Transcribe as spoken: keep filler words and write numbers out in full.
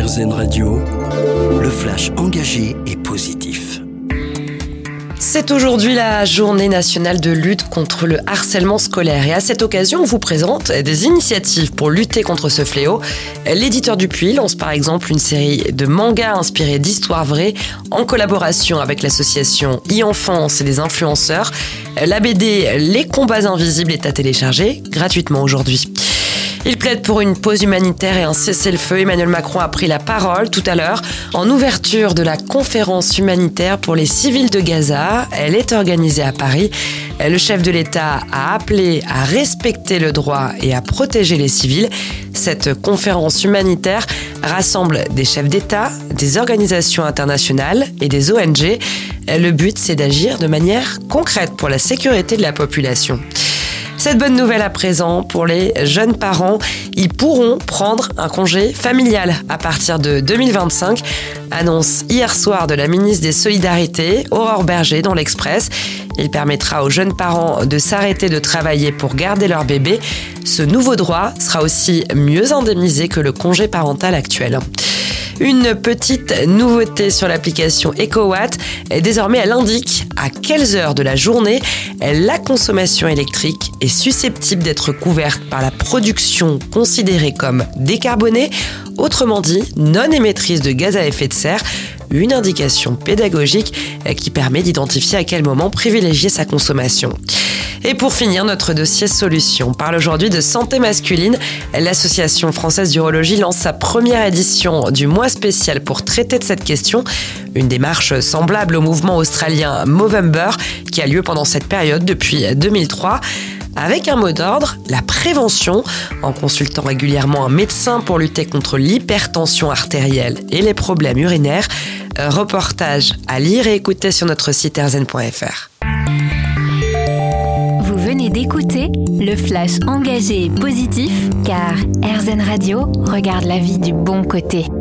R Z N Radio, le flash engagé et positif. C'est aujourd'hui la journée nationale de lutte contre le harcèlement scolaire et à cette occasion, on vous présente des initiatives pour lutter contre ce fléau. L'éditeur Dupuis lance par exemple une série de mangas inspirés d'histoires vraies en collaboration avec l'association e-enfance et des influenceurs. La B D Les combats invisibles est à télécharger gratuitement aujourd'hui. Il plaide pour une pause humanitaire et un cessez-le-feu. Emmanuel Macron a pris la parole tout à l'heure en ouverture de la conférence humanitaire pour les civils de Gaza. Elle est organisée à Paris. Le chef de l'État a appelé à respecter le droit et à protéger les civils. Cette conférence humanitaire rassemble des chefs d'État, des organisations internationales et des O N G. Le but, c'est d'agir de manière concrète pour la sécurité de la population. Cette bonne nouvelle à présent pour les jeunes parents, ils pourront prendre un congé familial à partir de deux mille vingt-cinq. Annonce hier soir de la ministre des Solidarités, Aurore Berger, dans l'Express. Il permettra aux jeunes parents de s'arrêter de travailler pour garder leur bébé. Ce nouveau droit sera aussi mieux indemnisé que le congé parental actuel. Une petite nouveauté sur l'application EcoWatt. Désormais, elle indique à quelles heures de la journée la consommation électrique est susceptible d'être couverte par la production considérée comme décarbonée, autrement dit non émettrice de gaz à effet de serre. Une indication pédagogique qui permet d'identifier à quel moment privilégier sa consommation. Et pour finir, notre dossier solution. On parle aujourd'hui de santé masculine. L'Association française d'urologie lance sa première édition du mois spécial pour traiter de cette question. Une démarche semblable au mouvement australien Movember qui a lieu pendant cette période depuis deux mille trois. Avec un mot d'ordre, la prévention, en consultant régulièrement un médecin pour lutter contre l'hypertension artérielle et les problèmes urinaires. Reportage à lire et écouter sur notre site r z n point f r. Vous venez d'écouter le flash engagé et positif, car R Z N Radio regarde la vie du bon côté.